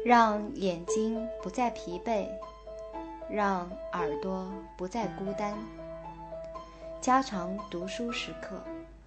让眼睛不再疲惫，让耳朵不再孤单。家常读书时刻。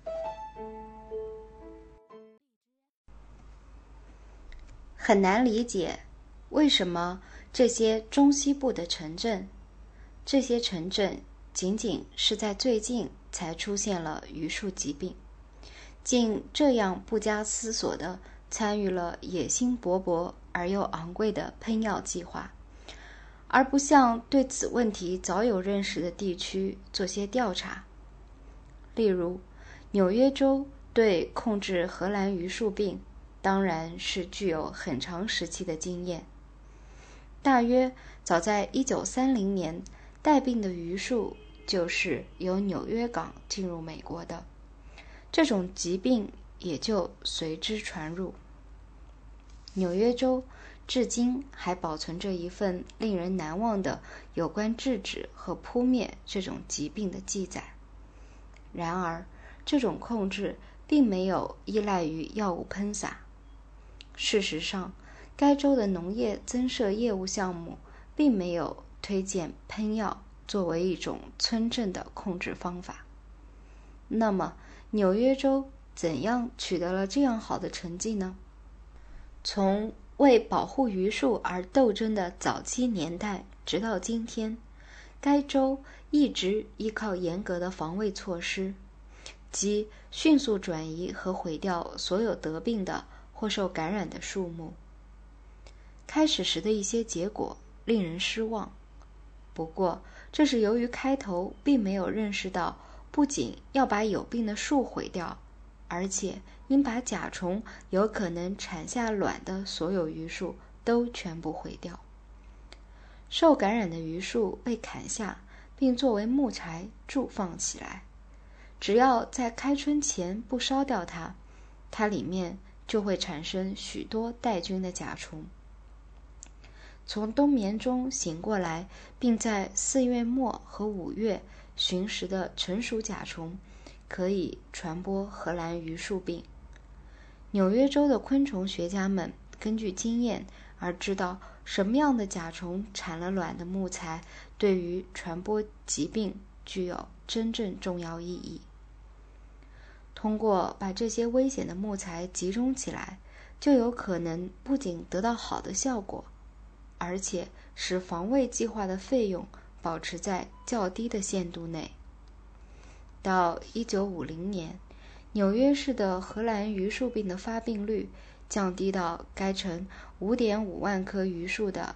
很难理解为什么这些中西部的城镇，这些城镇仅仅是在最近才出现了榆树疾病，竟这样不加思索地参与了野心勃勃而又昂贵的喷药计划，而不向对此问题早有认识的地区做些调查。例如，纽约州对控制荷兰榆树病当然是具有很长时期的经验。大约早在1930年，带病的榆树就是由纽约港进入美国的，这种疾病也就随之传入。纽约州至今还保存着一份令人难忘的有关制止和扑灭这种疾病的记载。然而，这种控制并没有依赖于药物喷洒。事实上，该州的农业增设业务项目并没有推荐喷药作为一种村镇的控制方法。那么，纽约州怎样取得了这样好的成绩呢？从为保护榆树而斗争的早期年代直到今天，该州一直依靠严格的防卫措施，即迅速转移和毁掉所有得病的或受感染的树木。开始时的一些结果令人失望，不过这是由于开头并没有认识到不仅要把有病的树毁掉，而且应把甲虫有可能产下卵的所有榆树都全部毁掉。受感染的榆树被砍下，并作为木材贮放起来。只要在开春前不烧掉它，它里面就会产生许多带菌的甲虫。从冬眠中醒过来，并在4月末和5月寻食的成熟甲虫，可以传播荷兰榆树病。纽约州的昆虫学家们根据经验而知道什么样的甲虫产了卵的木材对于传播疾病具有真正重要意义。通过把这些危险的木材集中起来，就有可能不仅得到好的效果，而且使防卫计划的费用保持在较低的限度内。到1950年，纽约市的荷兰榆树病的发病率降低到该城5.5万棵榆树的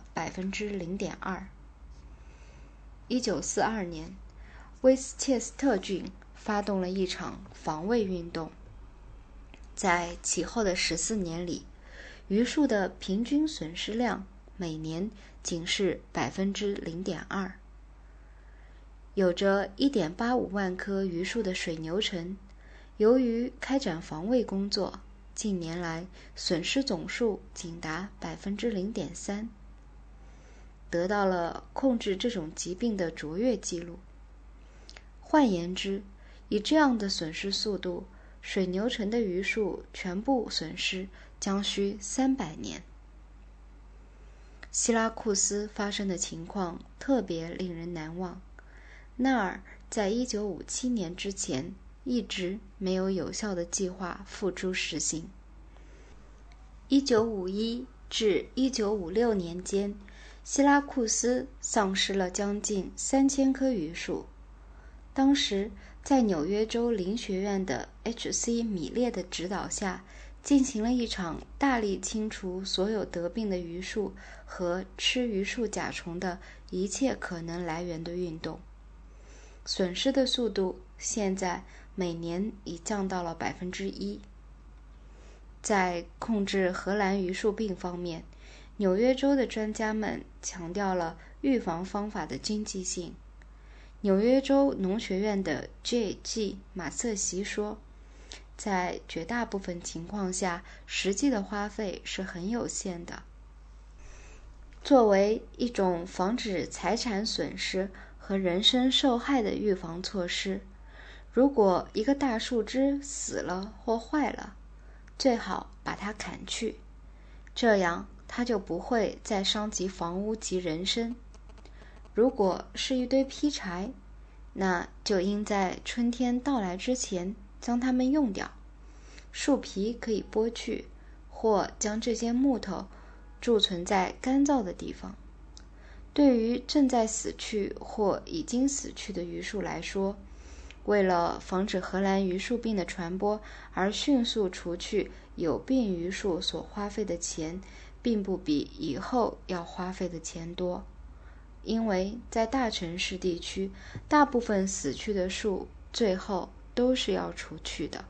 0.2%。1942年，威斯切斯特郡发动了一场防卫运动。在其后的14年里，榆树的平均损失量每年仅是 0.2%。有着 1.85 万棵榆树的水牛城，由于开展防卫工作，近年来损失总数仅达 0.3%， 得到了控制这种疾病的卓越记录。换言之，以这样的损失速度，水牛城的榆树全部损失将需300年。希拉库斯发生的情况特别令人难忘，那儿在1957年之前一直没有有效的计划付诸实行。1951至1956年间，希拉库斯丧失了将近3000棵榆树。当时在纽约州林学院的 H.C. 米列的指导下，进行了一场大力清除所有得病的榆树和吃榆树甲虫的一切可能来源的运动。损失的速度现在每年已降到了 1%。在控制荷兰榆树病方面，纽约州的专家们强调了预防方法的经济性。纽约州农学院的 J.G. 马瑟席说，在绝大部分情况下，实际的花费是很有限的。作为一种防止财产损失和人身受害的预防措施，如果一个大树枝死了或坏了，最好把它砍去，这样它它就不会再伤及房屋及人身。如果是一堆劈柴，那就应在春天到来之前将它们用掉。树皮可以剥去，或将这些木头贮存在干燥的地方。对于正在死去或已经死去的榆树来说，为了防止荷兰榆树病的传播而迅速除去有病榆树所花费的钱，并不比以后要花费的钱多。因为在大城市地区，大部分死去的树最后都是要除去的。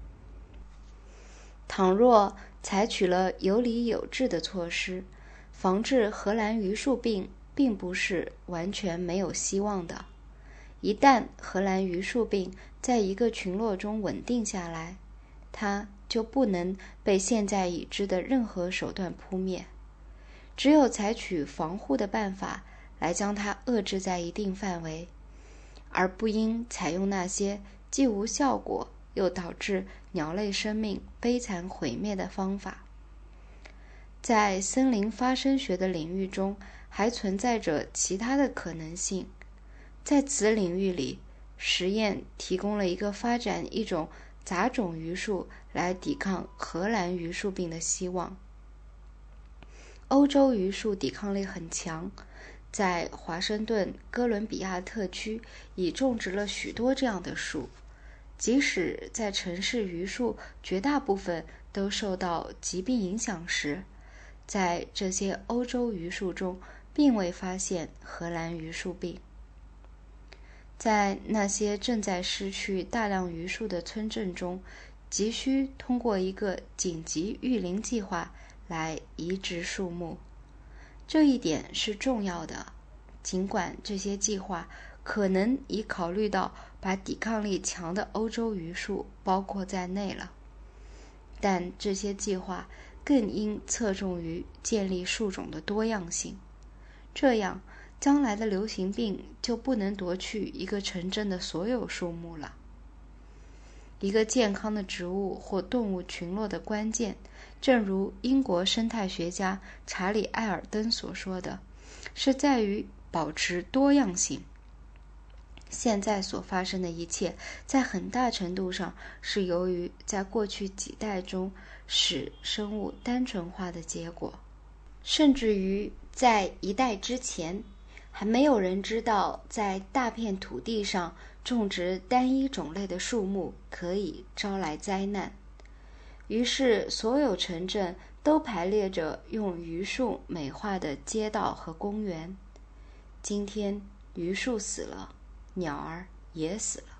倘若采取了有理有致的措施，防治荷兰榆树病并不是完全没有希望的。一旦荷兰榆树病在一个群落中稳定下来，它就不能被现在已知的任何手段扑灭。只有采取防护的办法来将它遏制在一定范围，而不应采用那些既无效果又导致鸟类生命悲惨毁灭的方法。在森林发生学的领域中，还存在着其他的可能性。在此领域里，实验提供了一个发展一种杂种榆树来抵抗荷兰榆树病的希望。欧洲榆树抵抗力很强，在华盛顿哥伦比亚特区已种植了许多这样的树。即使在城市榆树绝大部分都受到疾病影响时，在这些欧洲榆树中并未发现荷兰榆树病。在那些正在失去大量榆树的村镇中，急需通过一个紧急育林计划来移植树木。这一点是重要的，尽管这些计划可能已考虑到把抵抗力强的欧洲榆树包括在内了，但这些计划更应侧重于建立树种的多样性。这样，将来的流行病就不能夺去一个城镇的所有树木了。一个健康的植物或动物群落的关键，正如英国生态学家查理·埃尔登所说的，是在于保持多样性。现在所发生的一切，在很大程度上是由于在过去几代中使生物单纯化的结果。甚至于在一代之前，还没有人知道在大片土地上种植单一种类的树木可以招来灾难。于是所有城镇都排列着用榆树美化的街道和公园。今天榆树死了，鸟儿也死了。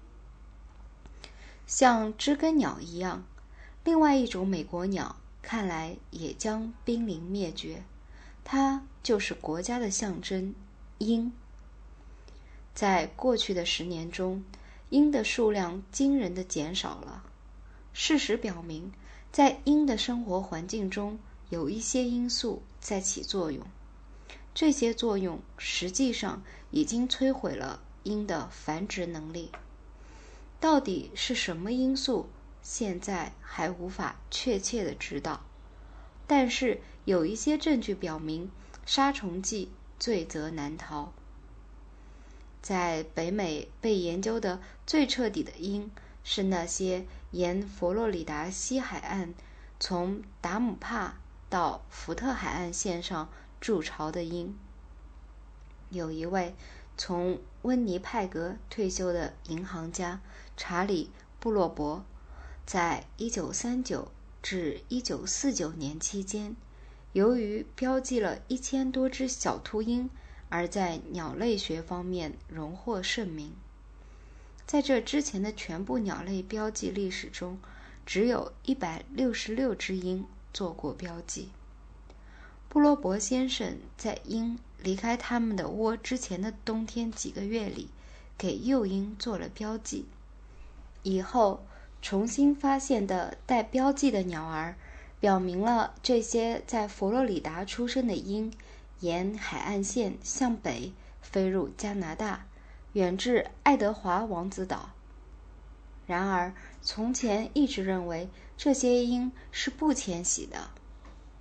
像知更鸟一样，另外一种美国鸟看来也将濒临灭绝，它就是国家的象征——鹰。在过去的10年中，鹰的数量惊人地减少了。事实表明，在鹰的生活环境中有一些因素在起作用，这些作用实际上已经摧毁了鹰的繁殖能力。到底是什么因素，现在还无法确切地知道，但是有一些证据表明，杀虫剂罪责难逃。在北美被研究的最彻底的鹰，是那些沿佛罗里达西海岸从达姆帕到福特海岸线上筑巢的鹰。有一位从温尼派格退休的银行家查理·布洛伯，在1939至1949年期间，由于标记了1000多只小秃鹰，而在鸟类学方面荣获盛名。在这之前的全部鸟类标记历史中，只有166只鹰做过标记。布罗伯先生在鹰离开他们的窝之前的冬天几个月里，给幼鹰做了标记。以后重新发现的带标记的鸟儿，表明了这些在佛罗里达出生的鹰沿海岸线向北飞入加拿大，远至爱德华王子岛。然而从前一直认为这些鹰是不迁徙的。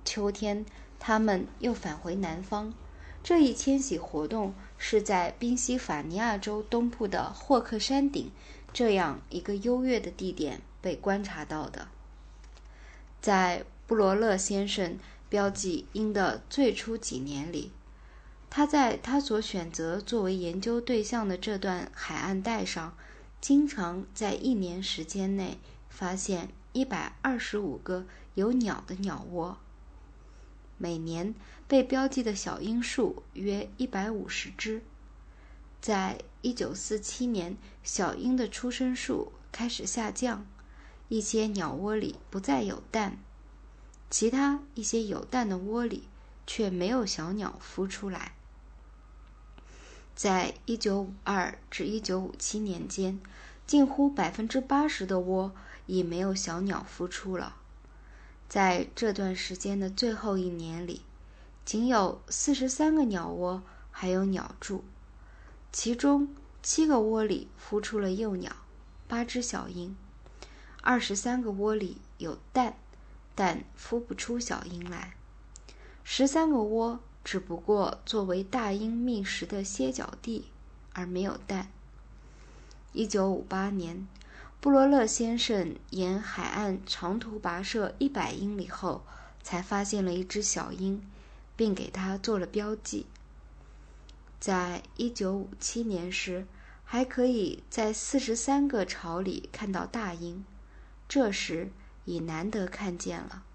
秋天，它们又返回南方。这一迁徙活动是在宾夕法尼亚州东部的霍克山顶这样一个优越的地点被观察到的。在布罗勒先生标记鹰的最初几年里，他在他所选择作为研究对象的这段海岸带上，经常在1年时间内发现125个有鸟的鸟窝。每年被标记的小鹰数约150只。在1947年，小鹰的出生数开始下降，一些鸟窝里不再有蛋，其他一些有蛋的窝里却没有小鸟孵出来。在1952至1957年间，近乎80%的窝已没有小鸟孵出了。在这段时间的最后1年里，仅有43个鸟窝还有鸟住，其中7个窝里孵出了幼鸟，8只小鹰；23个窝里有蛋，但孵不出小鹰来；13个窝只不过作为大鹰觅食的歇脚地，而没有蛋。1958年，布罗勒先生沿海岸长途跋涉100英里后，才发现了一只小鹰，并给它做了标记。在1957年时，还可以在43个巢里看到大鹰，这时已难得看见了。